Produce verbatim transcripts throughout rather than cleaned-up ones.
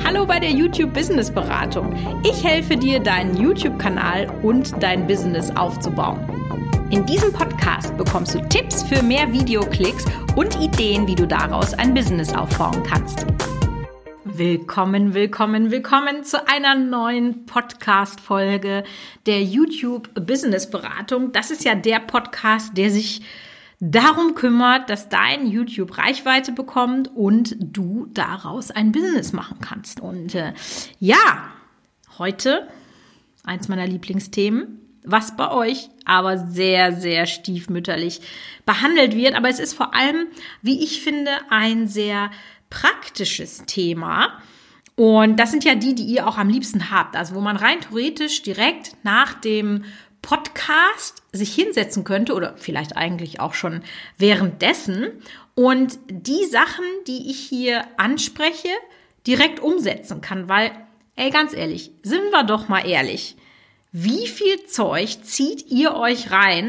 Hallo bei der YouTube Business Beratung. Ich helfe dir, deinen YouTube-Kanal und dein Business aufzubauen. In diesem Podcast bekommst du Tipps für mehr Videoklicks und Ideen, wie du daraus ein Business aufbauen kannst. Willkommen, willkommen, willkommen zu einer neuen Podcast-Folge der YouTube Business Beratung. Das ist ja der Podcast, der sich darum kümmert, dass dein YouTube Reichweite bekommt und du daraus ein Business machen kannst. Und äh, ja, heute eins meiner Lieblingsthemen, was bei euch aber sehr, sehr stiefmütterlich behandelt wird. Aber es ist vor allem, wie ich finde, ein sehr praktisches Thema. Und das sind ja die, die ihr auch am liebsten habt. Also wo man rein theoretisch direkt nach dem Podcast sich hinsetzen könnte oder vielleicht eigentlich auch schon währenddessen und die Sachen, die ich hier anspreche, direkt umsetzen kann. Weil, ey, ganz ehrlich, sind wir doch mal ehrlich, wie viel Zeug zieht ihr euch rein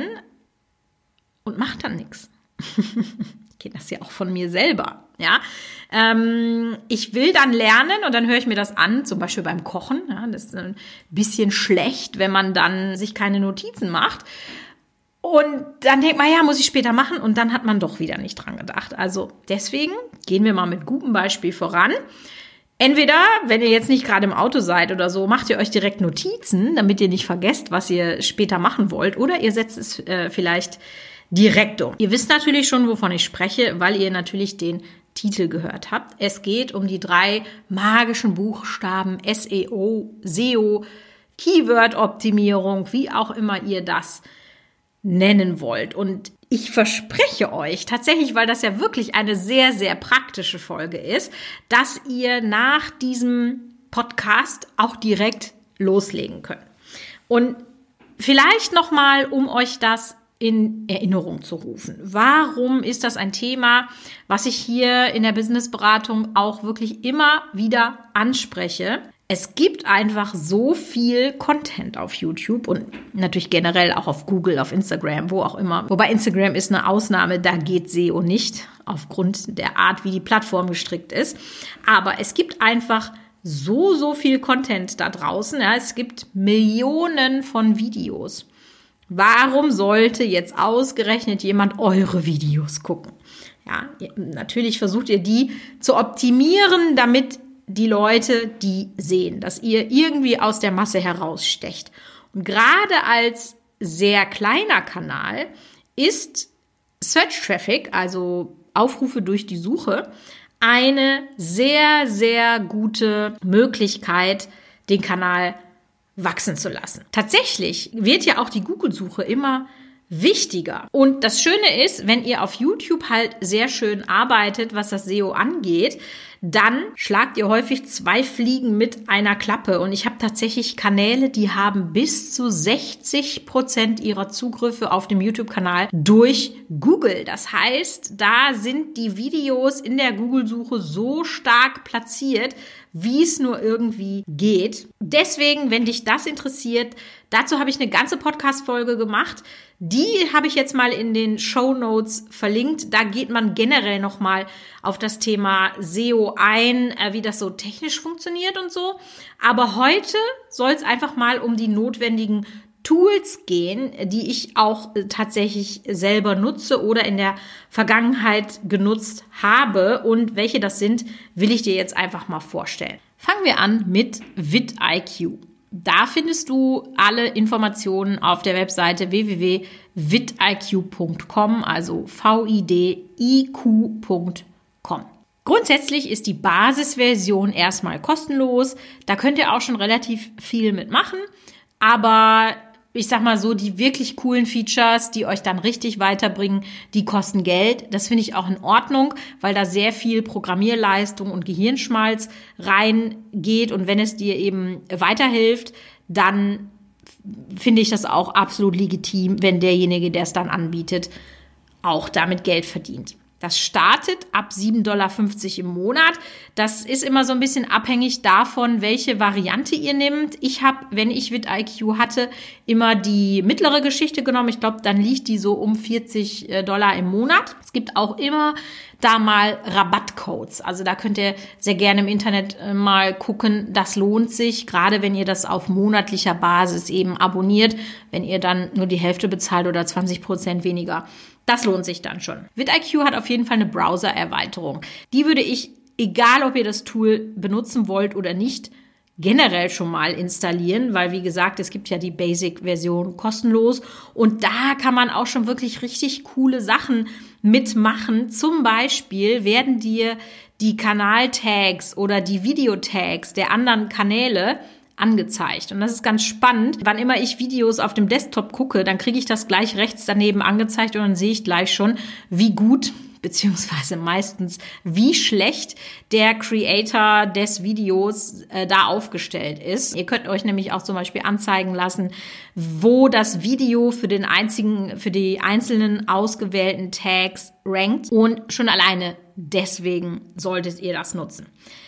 und macht dann nichts? Ich kenne das ja auch von mir selber, ja. Ähm, ich will dann lernen und dann höre ich mir das an, zum Beispiel beim Kochen. Ja, das ist ein bisschen schlecht, wenn man dann sich keine Notizen macht. Und dann denkt man, ja, muss ich später machen und dann hat man doch wieder nicht dran gedacht. Also deswegen gehen wir mal mit gutem Beispiel voran. Entweder, wenn ihr jetzt nicht gerade im Auto seid oder so, macht ihr euch direkt Notizen, damit ihr nicht vergesst, was ihr später machen wollt. Oder ihr setzt es äh, vielleicht direkt um. Ihr wisst natürlich schon, wovon ich spreche, weil ihr natürlich den Titel gehört habt. Es geht um die drei magischen Buchstaben S E O, S E O, Keyword-Optimierung, wie auch immer ihr das nennen wollt. Und ich verspreche euch tatsächlich, weil das ja wirklich eine sehr, sehr praktische Folge ist, dass ihr nach diesem Podcast auch direkt loslegen könnt. Und vielleicht nochmal, um euch das in Erinnerung zu rufen. Warum ist das ein Thema, was ich hier in der Businessberatung auch wirklich immer wieder anspreche? Es gibt einfach so viel Content auf YouTube und natürlich generell auch auf Google, auf Instagram, wo auch immer. Wobei Instagram ist eine Ausnahme, da geht S E O nicht, aufgrund der Art, wie die Plattform gestrickt ist. Aber es gibt einfach so, so viel Content da draußen. Ja, es gibt Millionen von Videos. Warum sollte jetzt ausgerechnet jemand eure Videos gucken? Ja, natürlich versucht ihr die zu optimieren, damit die Leute die sehen, dass ihr irgendwie aus der Masse herausstecht. Und gerade als sehr kleiner Kanal ist Search Traffic, also Aufrufe durch die Suche, eine sehr, sehr gute Möglichkeit, den Kanal wachsen zu lassen. Tatsächlich wird ja auch die Google-Suche immer wichtiger. Und das Schöne ist, wenn ihr auf YouTube halt sehr schön arbeitet, was das S E O angeht, dann schlagt ihr häufig zwei Fliegen mit einer Klappe. Und ich habe tatsächlich Kanäle, die haben bis zu sechzig Prozent ihrer Zugriffe auf dem YouTube-Kanal durch Google. Das heißt, da sind die Videos in der Google-Suche so stark platziert, wie es nur irgendwie geht. Deswegen, wenn dich das interessiert, dazu habe ich eine ganze Podcast-Folge gemacht. Die habe ich jetzt mal in den Shownotes verlinkt. Da geht man generell nochmal auf das Thema S E O ein, wie das so technisch funktioniert und so. Aber heute soll es einfach mal um die notwendigen Tools gehen, die ich auch tatsächlich selber nutze oder in der Vergangenheit genutzt habe. Und welche das sind, will ich dir jetzt einfach mal vorstellen. Fangen wir an mit vidIQ. Da findest du alle Informationen auf der Webseite w w w punkt vidiq punkt com, also V I D I Q punkt com. Grundsätzlich ist die Basisversion erstmal kostenlos. Da könnt ihr auch schon relativ viel mitmachen. Aber ich sag mal so, die wirklich coolen Features, die euch dann richtig weiterbringen, die kosten Geld. Das finde ich auch in Ordnung, weil da sehr viel Programmierleistung und Gehirnschmalz reingeht. Und wenn es dir eben weiterhilft, dann finde ich das auch absolut legitim, wenn derjenige, der es dann anbietet, auch damit Geld verdient. Das startet ab sieben Komma fünfzig Dollar im Monat. Das ist immer so ein bisschen abhängig davon, welche Variante ihr nehmt. Ich habe, wenn ich vidIQ hatte, immer die mittlere Geschichte genommen. Ich glaube, dann liegt die so um vierzig Dollar im Monat. Es gibt auch immer da mal Rabattcodes. Also da könnt ihr sehr gerne im Internet mal gucken. Das lohnt sich, gerade wenn ihr das auf monatlicher Basis eben abonniert, wenn ihr dann nur die Hälfte bezahlt oder zwanzig Prozent weniger. Das lohnt sich dann schon. vidIQ hat auf jeden Fall eine Browser-Erweiterung. Die würde ich, egal ob ihr das Tool benutzen wollt oder nicht, generell schon mal installieren, weil wie gesagt, es gibt ja die Basic-Version kostenlos und da kann man auch schon wirklich richtig coole Sachen mitmachen. Zum Beispiel werden dir die Kanaltags oder die Videotags der anderen Kanäle angezeigt. Und das ist ganz spannend. Wann immer ich Videos auf dem Desktop gucke, dann kriege ich das gleich rechts daneben angezeigt und dann sehe ich gleich schon, wie gut beziehungsweise meistens wie schlecht der Creator des Videos äh, da aufgestellt ist. Ihr könnt euch nämlich auch zum Beispiel anzeigen lassen, wo das Video für den einzigen, für die einzelnen ausgewählten Tags rankt. Und schon alleine deswegen solltet ihr das nutzen.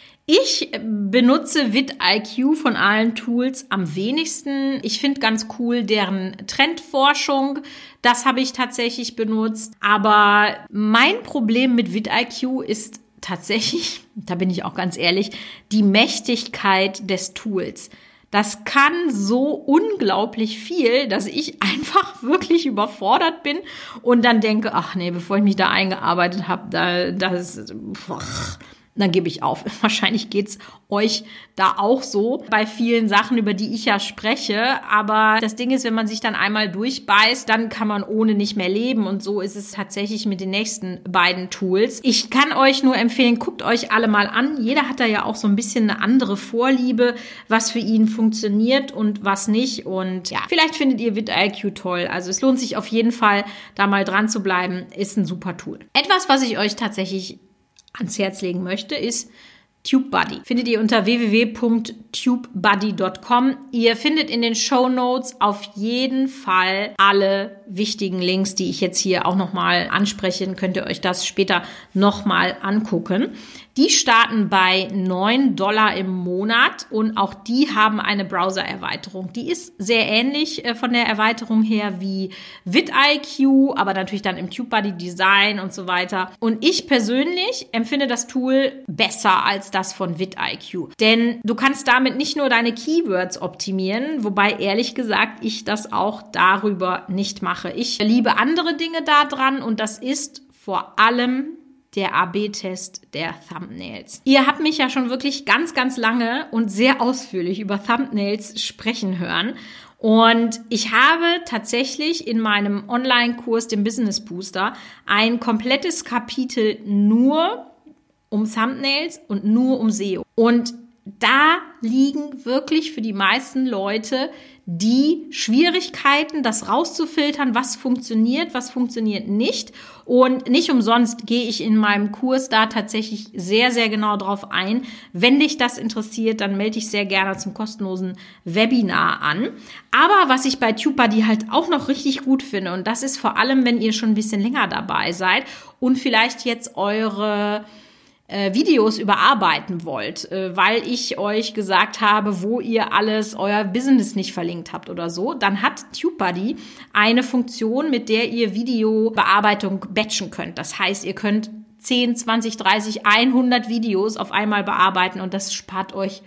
Ich benutze vidIQ von allen Tools am wenigsten. Ich finde ganz cool deren Trendforschung. Das habe ich tatsächlich benutzt. Aber mein Problem mit vidIQ ist tatsächlich, da bin ich auch ganz ehrlich, die Mächtigkeit des Tools. Das kann so unglaublich viel, dass ich einfach wirklich überfordert bin und dann denke, ach nee, bevor ich mich da eingearbeitet habe, da, das, boah, dann gebe ich auf. Wahrscheinlich geht's euch da auch so bei vielen Sachen, über die ich ja spreche. Aber das Ding ist, wenn man sich dann einmal durchbeißt, dann kann man ohne nicht mehr leben. Und so ist es tatsächlich mit den nächsten beiden Tools. Ich kann euch nur empfehlen, guckt euch alle mal an. Jeder hat da ja auch so ein bisschen eine andere Vorliebe, was für ihn funktioniert und was nicht. Und ja, vielleicht findet ihr vidIQ toll. Also es lohnt sich auf jeden Fall, da mal dran zu bleiben. Ist ein super Tool. Etwas, was ich euch tatsächlich ans Herz legen möchte, ist TubeBuddy. Findet ihr unter w w w punkt tubebuddy punkt com. Ihr findet in den Shownotes auf jeden Fall alle wichtigen Links, die ich jetzt hier auch nochmal anspreche. Dann könnt ihr euch das später nochmal angucken. Die starten bei neun Dollar im Monat und auch die haben eine Browser-Erweiterung. Die ist sehr ähnlich äh, von der Erweiterung her wie vidIQ, aber natürlich dann im TubeBuddy-Design und so weiter. Und ich persönlich empfinde das Tool besser als das von vidIQ. Denn du kannst damit nicht nur deine Keywords optimieren, wobei ehrlich gesagt ich das auch darüber nicht mache. Ich liebe andere Dinge da dran und das ist vor allem der A B Test der Thumbnails. Ihr habt mich ja schon wirklich ganz, ganz lange und sehr ausführlich über Thumbnails sprechen hören. Und ich habe tatsächlich in meinem Online-Kurs, dem Business Booster, ein komplettes Kapitel nur um Thumbnails und nur um S E O. Und da liegen wirklich für die meisten Leute die Schwierigkeiten, das rauszufiltern, was funktioniert, was funktioniert nicht. Und nicht umsonst gehe ich in meinem Kurs da tatsächlich sehr, sehr genau drauf ein. Wenn dich das interessiert, dann melde dich sehr gerne zum kostenlosen Webinar an. Aber was ich bei TubeBuddy halt auch noch richtig gut finde, und das ist vor allem, wenn ihr schon ein bisschen länger dabei seid und vielleicht jetzt eure Videos überarbeiten wollt, weil ich euch gesagt habe, wo ihr alles euer Business nicht verlinkt habt oder so, dann hat TubeBuddy eine Funktion, mit der ihr Videobearbeitung batchen könnt. Das heißt, ihr könnt zehn, zwanzig, dreißig, hundert Videos auf einmal bearbeiten und das spart euch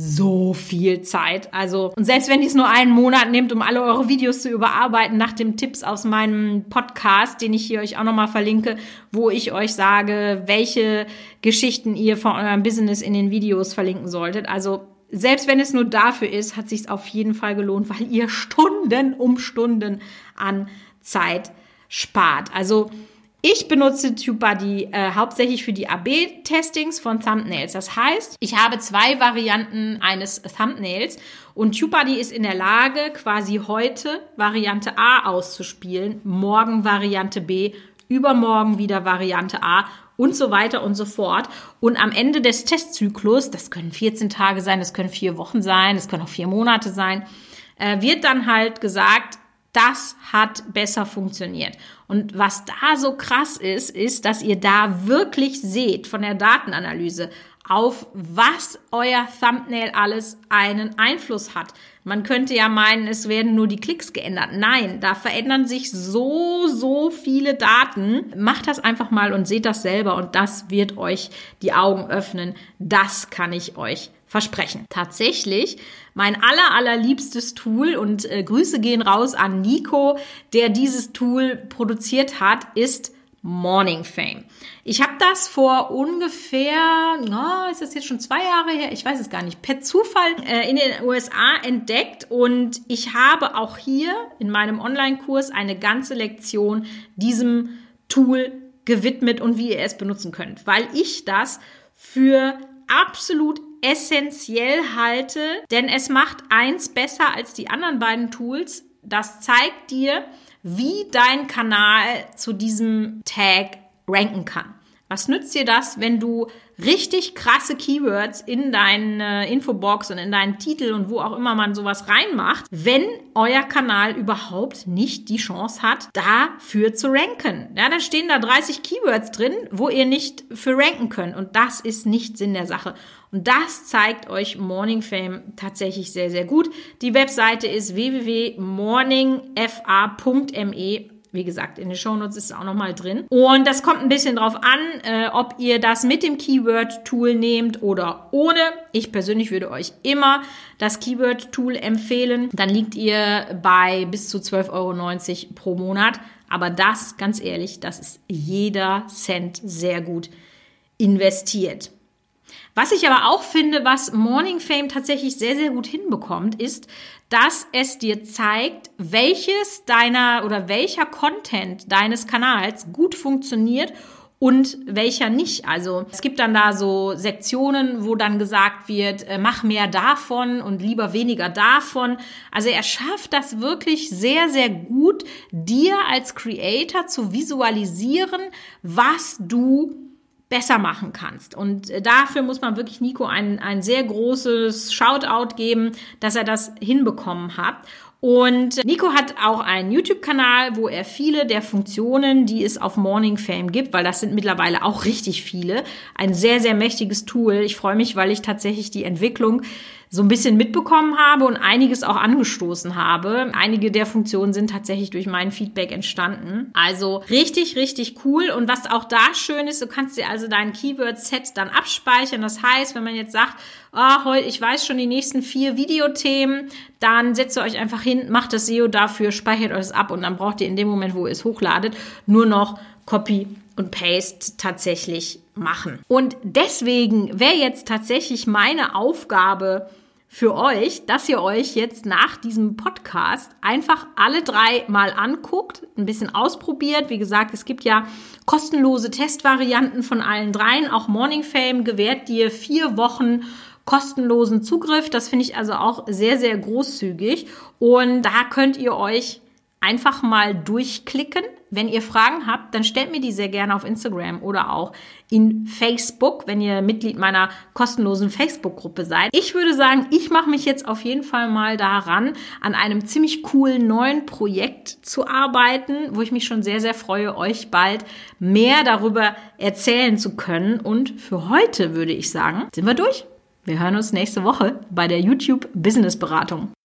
so viel Zeit. Also, und selbst wenn ihr es nur einen Monat nehmt, um alle eure Videos zu überarbeiten, nach dem Tipps aus meinem Podcast, den ich hier euch auch nochmal verlinke, wo ich euch sage, welche Geschichten ihr von eurem Business in den Videos verlinken solltet. Also, selbst wenn es nur dafür ist, hat es sich auf jeden Fall gelohnt, weil ihr Stunden um Stunden an Zeit spart. Also, ich benutze TubeBuddy äh, hauptsächlich für die A B-Testings von Thumbnails. Das heißt, ich habe zwei Varianten eines Thumbnails und TubeBuddy ist in der Lage, quasi heute Variante A auszuspielen, morgen Variante B, übermorgen wieder Variante A und so weiter und so fort. Und am Ende des Testzyklus, das können vierzehn Tage sein, das können vier Wochen sein, das können auch vier Monate sein, äh, wird dann halt gesagt, Das hat besser funktioniert. Und was da so krass ist, ist, dass ihr da wirklich seht von der Datenanalyse, auf was euer Thumbnail alles einen Einfluss hat. Man könnte ja meinen, es werden nur die Klicks geändert. Nein, da verändern sich so, so viele Daten. Macht das einfach mal und seht das selber und das wird euch die Augen öffnen. Das kann ich euch versprechen. Tatsächlich, mein aller, allerliebstes Tool und äh, Grüße gehen raus an Nico, der dieses Tool produziert hat, ist Morning Fame. Ich habe das vor ungefähr, oh, ist das jetzt schon zwei Jahre her? Ich weiß es gar nicht. Per Zufall äh, in den U S A entdeckt und ich habe auch hier in meinem Online-Kurs eine ganze Lektion diesem Tool gewidmet und wie ihr es benutzen könnt, weil ich das für absolut essentiell halte, denn es macht eins besser als die anderen beiden Tools. Das zeigt dir, wie dein Kanal zu diesem Tag ranken kann. Was nützt dir das, wenn du richtig krasse Keywords in deine Infobox und in deinen Titel und wo auch immer man sowas reinmacht, wenn euer Kanal überhaupt nicht die Chance hat, dafür zu ranken? Ja, da stehen da dreißig Keywords drin, wo ihr nicht für ranken könnt und das ist nicht Sinn der Sache. Und das zeigt euch Morning Fame tatsächlich sehr, sehr gut. Die Webseite ist w w w punkt morning f a punkt m e. Wie gesagt, in den Shownotes ist es auch nochmal drin. Und das kommt ein bisschen drauf an, äh, ob ihr das mit dem Keyword-Tool nehmt oder ohne. Ich persönlich würde euch immer das Keyword-Tool empfehlen. Dann liegt ihr bei bis zu zwölf Euro neunzig pro Monat. Aber das, ganz ehrlich, das ist jeder Cent sehr gut investiert. Was ich aber auch finde, was Morning Fame tatsächlich sehr, sehr gut hinbekommt, ist, dass es dir zeigt, welches deiner oder welcher Content deines Kanals gut funktioniert und welcher nicht. Also es gibt dann da so Sektionen, wo dann gesagt wird, äh, mach mehr davon und lieber weniger davon. Also er schafft das wirklich sehr, sehr gut, dir als Creator zu visualisieren, was du besser machen kannst. Und dafür muss man wirklich Nico ein, ein sehr großes Shoutout geben, dass er das hinbekommen hat. Und Nico hat auch einen YouTube-Kanal, wo er viele der Funktionen, die es auf Morning Fame gibt, weil das sind mittlerweile auch richtig viele, ein sehr, sehr mächtiges Tool. Ich freue mich, weil ich tatsächlich die Entwicklung so ein bisschen mitbekommen habe und einiges auch angestoßen habe. Einige der Funktionen sind tatsächlich durch mein Feedback entstanden. Also richtig, richtig cool. Und was auch da schön ist, du kannst dir also dein Keyword-Set dann abspeichern. Das heißt, wenn man jetzt sagt, oh, heute, ich weiß schon die nächsten vier Videothemen, dann setzt ihr euch einfach hin, macht das S E O dafür, speichert euch es ab und dann braucht ihr in dem Moment, wo ihr es hochladet, nur noch Copy und Paste tatsächlich machen. Und deswegen wäre jetzt tatsächlich meine Aufgabe für euch, dass ihr euch jetzt nach diesem Podcast einfach alle drei mal anguckt, ein bisschen ausprobiert. Wie gesagt, es gibt ja kostenlose Testvarianten von allen dreien. Auch Morning Fame gewährt dir vier Wochen kostenlosen Zugriff. Das finde ich also auch sehr, sehr großzügig. Und da könnt ihr euch einfach mal durchklicken. Wenn ihr Fragen habt, dann stellt mir die sehr gerne auf Instagram oder auch in Facebook, wenn ihr Mitglied meiner kostenlosen Facebook-Gruppe seid. Ich würde sagen, ich mache mich jetzt auf jeden Fall mal daran, an einem ziemlich coolen neuen Projekt zu arbeiten, wo ich mich schon sehr, sehr freue, euch bald mehr darüber erzählen zu können. Und für heute würde ich sagen, sind wir durch. Wir hören uns nächste Woche bei der YouTube Business Beratung.